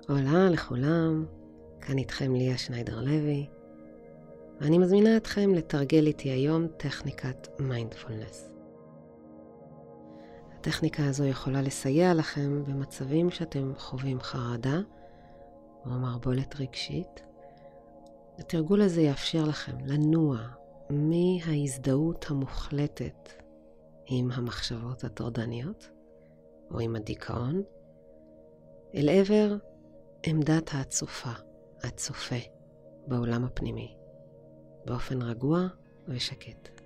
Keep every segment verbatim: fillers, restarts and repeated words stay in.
הולה לכולם, כאן איתכם ליה שניידר לוי, ואני מזמינה אתכם לתרגל איתי היום טכניקת מיינדפולנס. הטכניקה הזו יכולה לסייע לכם במצבים שאתם חווים חרדה או מערבולת רגשית. התרגול הזה יאפשר לכם לנוע מההזדהות המוחלטת עם המחשבות הטורדניות או עם הדיכאון, אל עבר עמדת הצופה, הצופה בעולם הפנימי, באופן רגוע ושקט.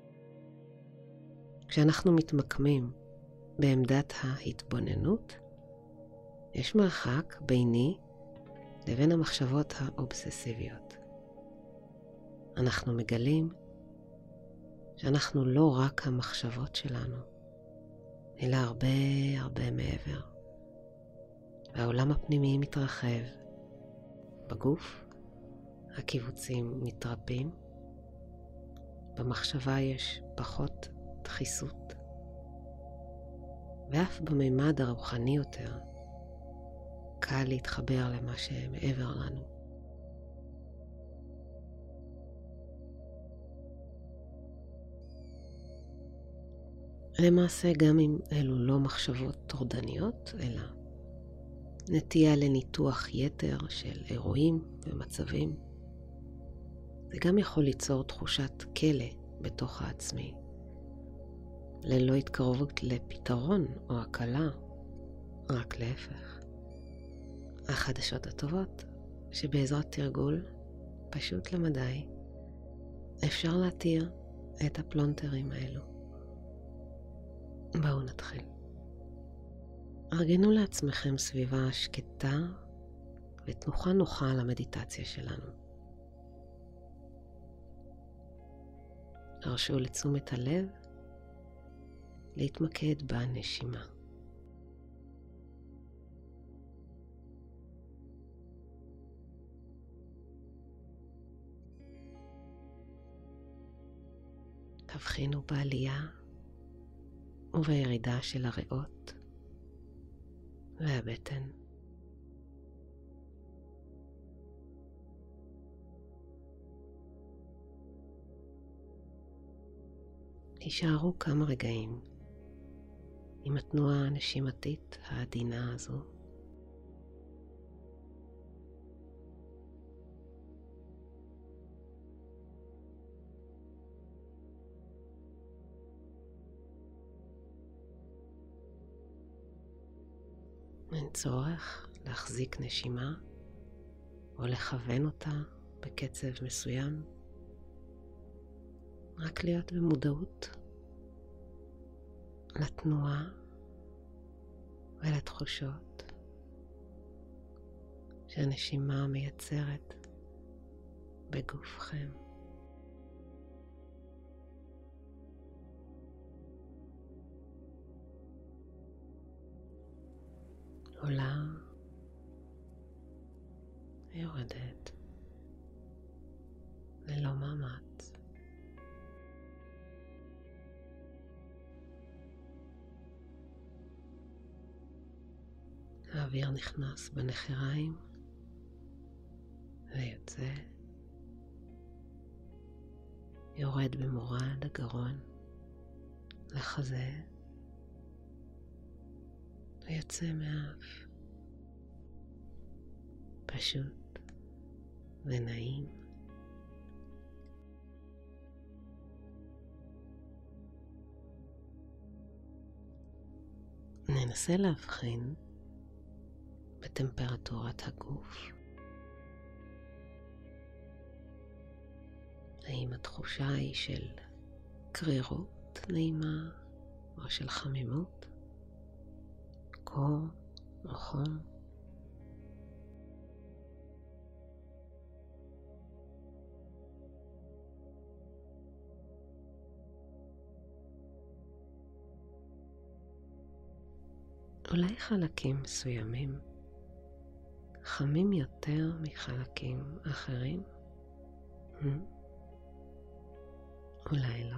כשאנחנו מתמקמים בעמדת ההתבוננות, יש מרחק ביני לבין המחשבות האובססיביות. אנחנו מגלים שאנחנו לא רק המחשבות שלנו, אלא הרבה הרבה מעבר. והעולם הפנימי מתרחב. בגוף הקיבוצים מתרפים. במחשבה יש פחות דחיסות. ואף בממד הרוחני יותר קל להתחבר למה שמעבר לנו. למעשה גם אם אלו לא מחשבות טורדניות, אלא נטייה לניתוח יתר של אירועים ומצבים, זה גם יכול ליצור תחושת כלא בתוך העצמי, ללא התקרבות לפתרון או הקלה, רק להפך. החדשות הטובות שבעזרת תרגול פשוט למדי אפשר להתיר את הפלונטרים האלו. בואו נתחיל. ארגנו לעצמכם סביבה שקטה ותנוחה נוחה למדיטציה שלנו. הרשו לתשומת הלב להתמקד בנשימה. תבחינו בעלייה ובירידה של הריאות והבטן. תישארו כמה רגעים עם התנועה הנשימתית העדינה הזו. אין צורך להחזיק נשימה או לכוון אותה בקצב מסוים, רק להיות במודעות לתנועה ולתחושות שהנשימה מייצרת בגופכם. עולה ויורדת ללא מאמץ. האוויר נכנס בנחיריים ויוצא, יורד במורד הגרון לחזה ויוצא מהאף. פשוט ונעים. ננסה להבחין בטמפרטורת הגוף. האם התחושה היא של קרירות נעימה או של חמימות, קור או חום? אולי חלקים מסוימים חמים יותר מחלקים אחרים? Hmm? אולי לא?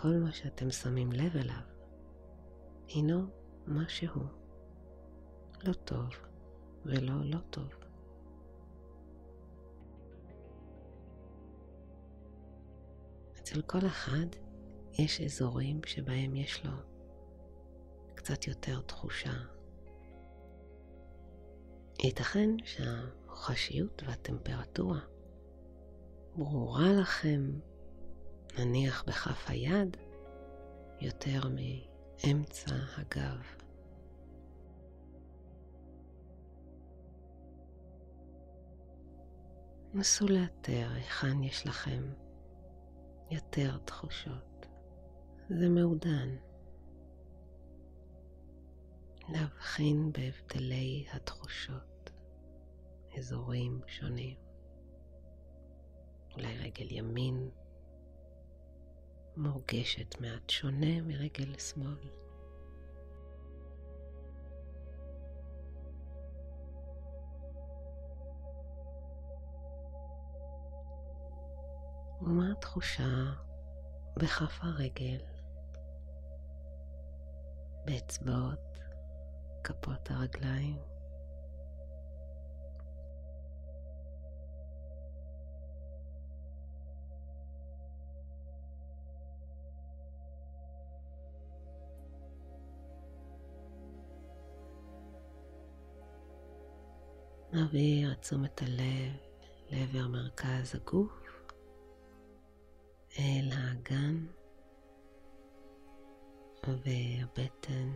כל מה שאתם שמים לב אליו הינו משהו לא טוב ולא לא טוב. אצל כל אחד יש אזורים שבהם יש לו קצת יותר תחושה. ייתכן שהחשיות והטמפרטורה ברורה לכם, נניח בכף היד, יותר מאמצע הגב. נסו לאתר היכן יש לכם יותר תחושות. זה מעודן. להבחין בהבדלי התחושות, אזורים שונים. אולי רגל ימין מורגשת מעט שונה מרגל שמאל. ומה התחושה בכף הרגל, באצבעות, כפות הרגליים? נעביר את תשומת הלב לעבר מרכז הגוף, אל האגן והבטן,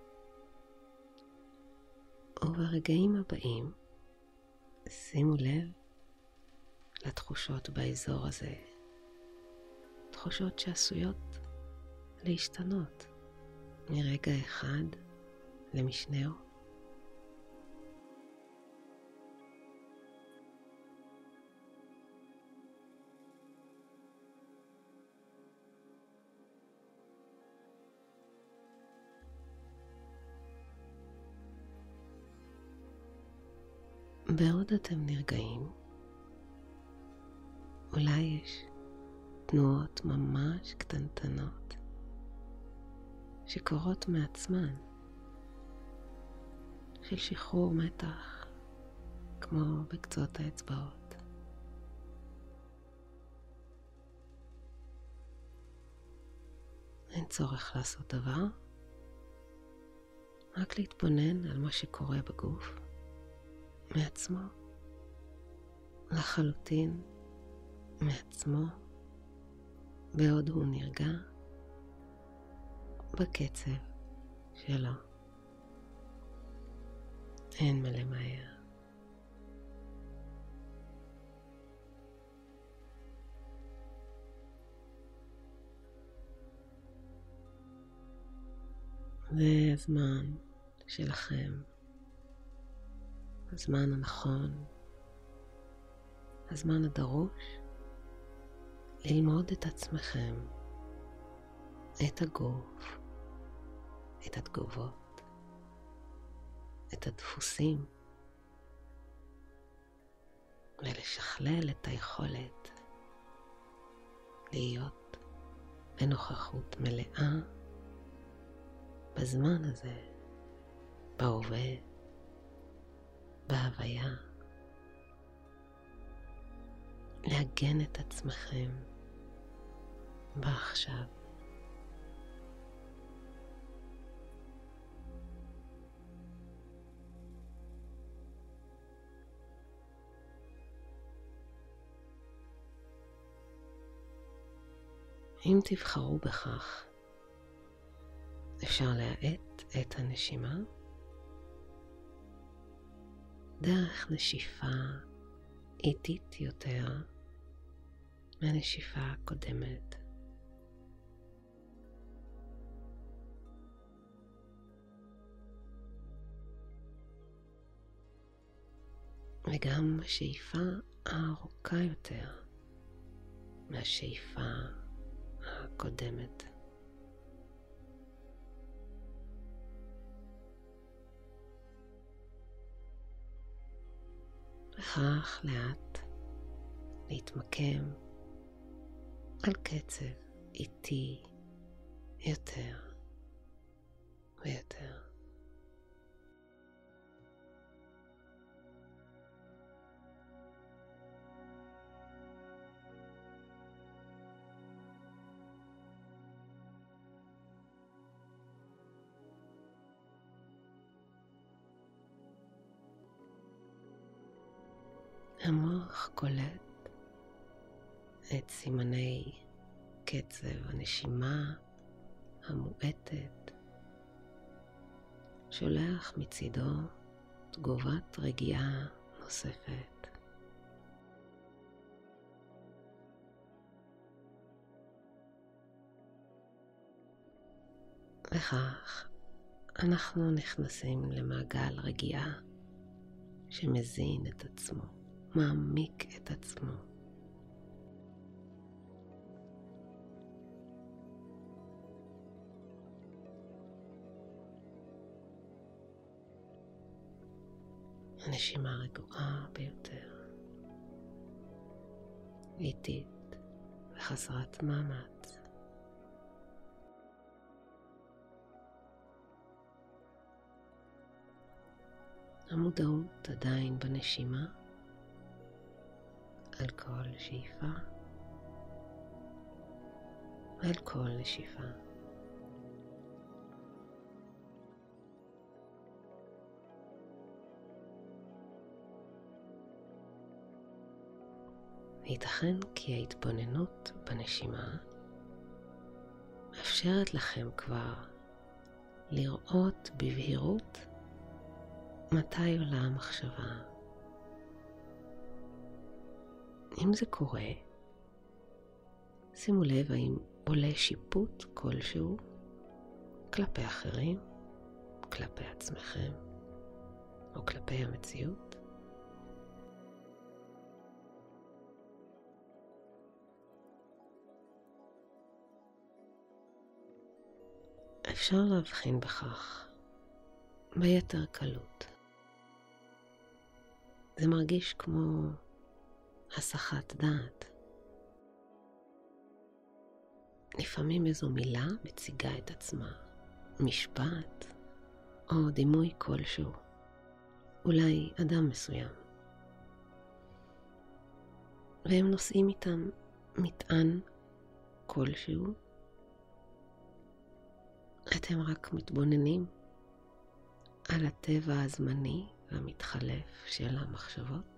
וברגעים הבאים שימו לב לתחושות באזור הזה, תחושות שעשויות להשתנות מרגע אחד למשנהו. בעוד אתם נרגעים, אולי יש תנועות ממש קטנטנות שקורות מעצמן, של שחרור מתח, כמו בקצות האצבעות. אין צורך לעשות דבר, רק להתבונן על מה שקורה בגוף מעצמו, לחלוטין מעצמו, בעוד הוא נרגע בקצב שלו. אין מה למהר. זה הזמן שלכם, הזמן הנכון, הזמן הדרוש ללמוד את עצמכם, את הגוף, את התגובות, את הדפוסים, ולשכלל את היכולת להיות בנוכחות מלאה בזמן הזה, בהווה, בהוויה. לעגן את עצמכם בעכשיו. אם תבחרו בכך, אפשר להאט את הנשימה דרך נשיפה איטית יותר מהנשיפה הקודמת. וגם השאיפה הארוכה יותר מהשאיפה הקודמת. וכך לאט להתמקם על קצב איטי יותר ויותר. המוח קולט את סימני קצב הנשימה המועטת, שולח מצידו תגובת רגיעה נוספת. וכך אנחנו נכנסים למעגל רגיעה שמזין את עצמו, מעמיק את עצמו. הנשימה רגועה ביותר, איטית וחסרת מאמץ. המודעות עדיין בנשימה, על כל שאיפה ועל כל נשיפה. ייתכן כי ההתבוננות בנשימה מאפשרת לכם כבר לראות בבהירות מתי עולה המחשבה. אם זה קורה, שימו לב האם עולה שיפוט כלשהו כלפי אחרים, כלפי עצמכם או כלפי המציאות. אפשר להבחין בכך ביתר קלות. זה מרגיש כמו הסחת דעת. לפעמים איזו מילה מציגה את עצמה, משפט או דימוי כלשהו, אולי אדם מסוים. והם נושאים איתם מטען כלשהו. אתם רק מתבוננים על הטבע הזמני והמתחלף של המחשבות.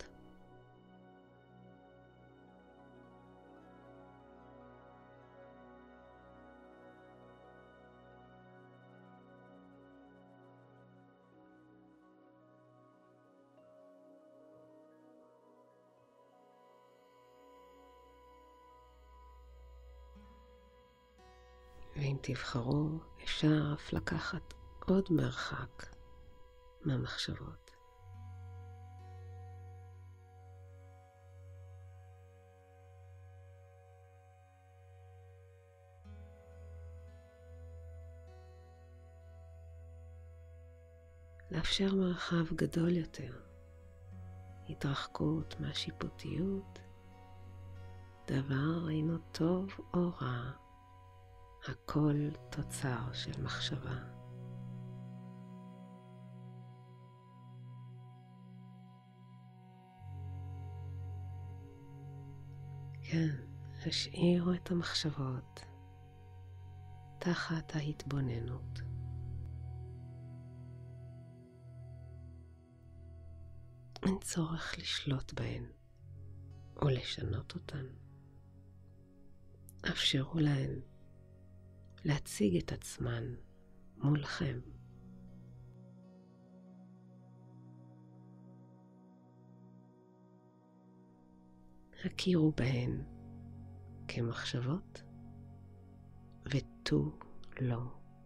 ואם תבחרו, אפשר אף לקחת עוד מרחק מהמחשבות. לאפשר מרחב גדול יותר, התרחקות מהשיפוטיות, דבר אינו טוב או רע, הכל תוצר של מחשבה. כן, השאירו את המחשבות תחת ההתבוננות. אין צורך לשלוט בהן או לשנות אותן. אפשרו להן להציג את עצמן מולכם. הכירו בהן כמחשבות ותו לא.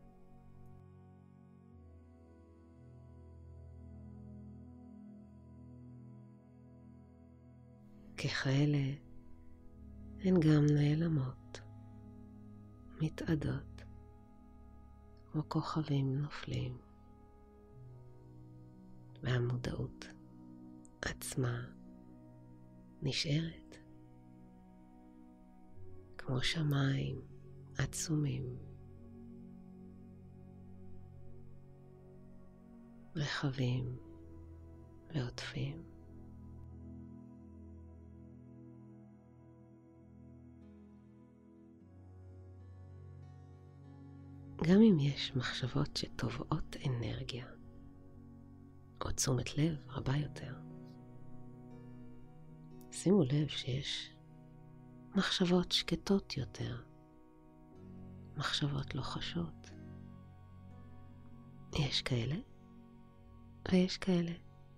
ככאלה הן גם נעלמות, מתאדות, כמו כוכבים נופלים, והמודעות עצמה נשארת כמו שמיים עצומים רחבים ועוטפים. גם אם יש מחשבות שתובעות אנרגיה או תשומת לב רבה יותר, שימו לב שיש מחשבות שקטות יותר, מחשבות לוחשות. יש כאלה ויש כאלה.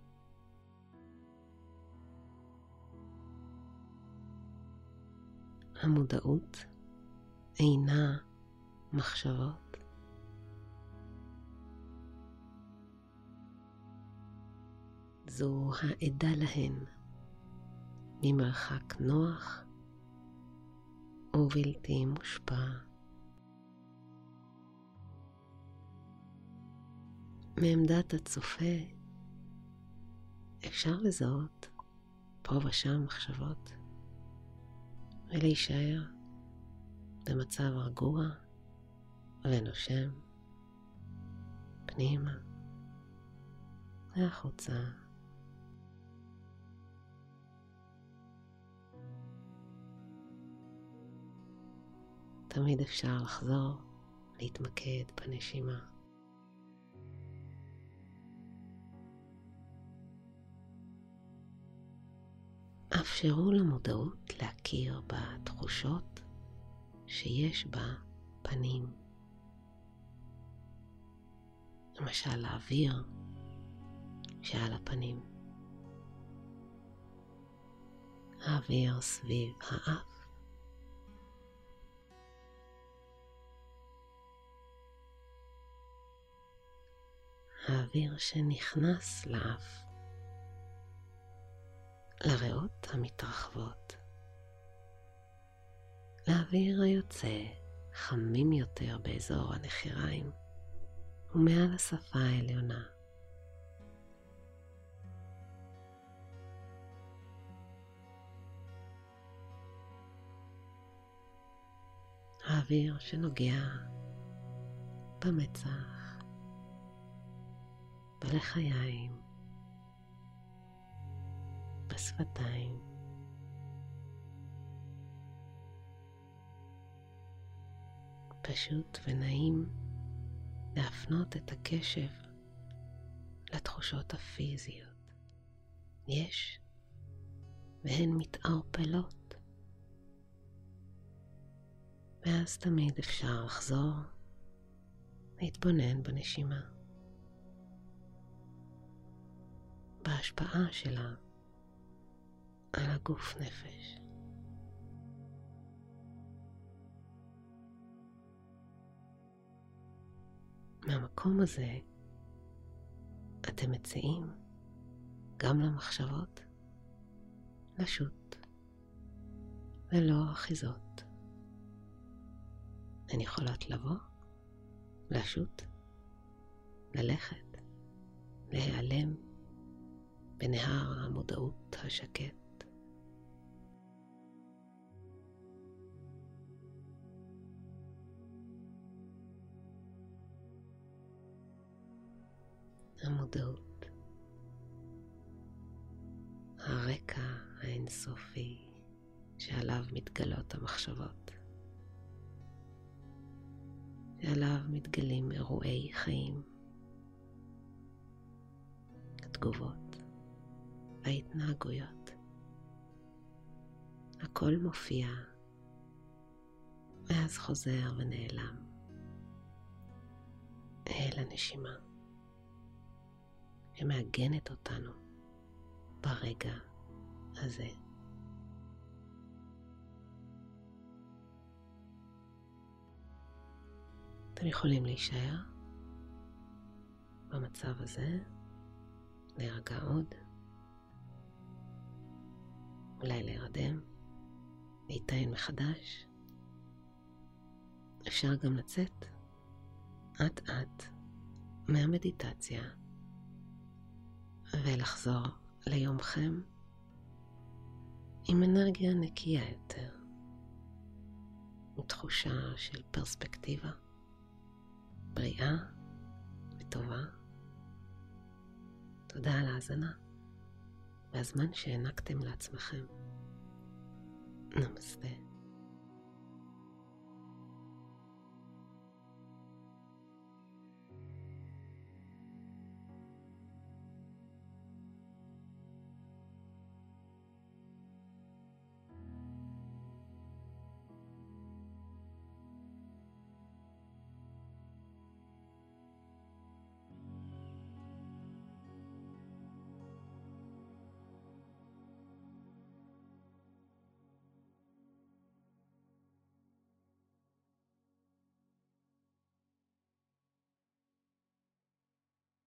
המודעות אינה מחשבות. זו העדה להן ממרחק נוח ובלתי מושפע. מעמדת הצופה אפשר לזהות פה ושם מחשבות ולהישאר במצב רגוע ונושם פנימה והחוצה. תמיד אפשר לחזור להתמקד בנשימה. אפשרו למודעות להכיר בתחושות שיש בה פנים. למשל האוויר שעל הפנים. האוויר סביב האף. האוויר שנכנס לאף. לריאות המתרחבות. לאוויר היוצא חמים יותר באזור הנחיריים ומעל השפה העליונה. האוויר שנוגע במצח, בלחיים, בשפתיים. פשוט ונעים להפנות את הקשב לתחושות הפיזיות. יש והן מתערפלות. ואז תמיד אפשר לחזור להתבונן בנשימה, בהשפעה שלה על הגוף נפש. מהמקום הזה אתם מציעים גם למחשבות לשוט ללא אחיזות. הן יכולות לבוא, לשוט, ללכת, להיעלם בנהר המודעות השקט. המודעות, הרקע האינסופי שעליו מתגלות המחשבות, שעליו מתגלים אירועי חיים, התגובות וההתנהגויות. הכל מופיע ואז חוזר ונעלם אל הנשימה שמעגנת אותנו ברגע הזה. אתם יכולים להישאר במצב הזה, להירגע עוד, אולי להירדם, להתעין מחדש. אפשר גם לצאת אט אט מהמדיטציה ולחזור ליומכם עם אנרגיה נקייה יותר, עם תחושה של פרספקטיבה בריאה וטובה תודה על ההאזנה והזמן שהענקתם לעצמכם. נמסטה.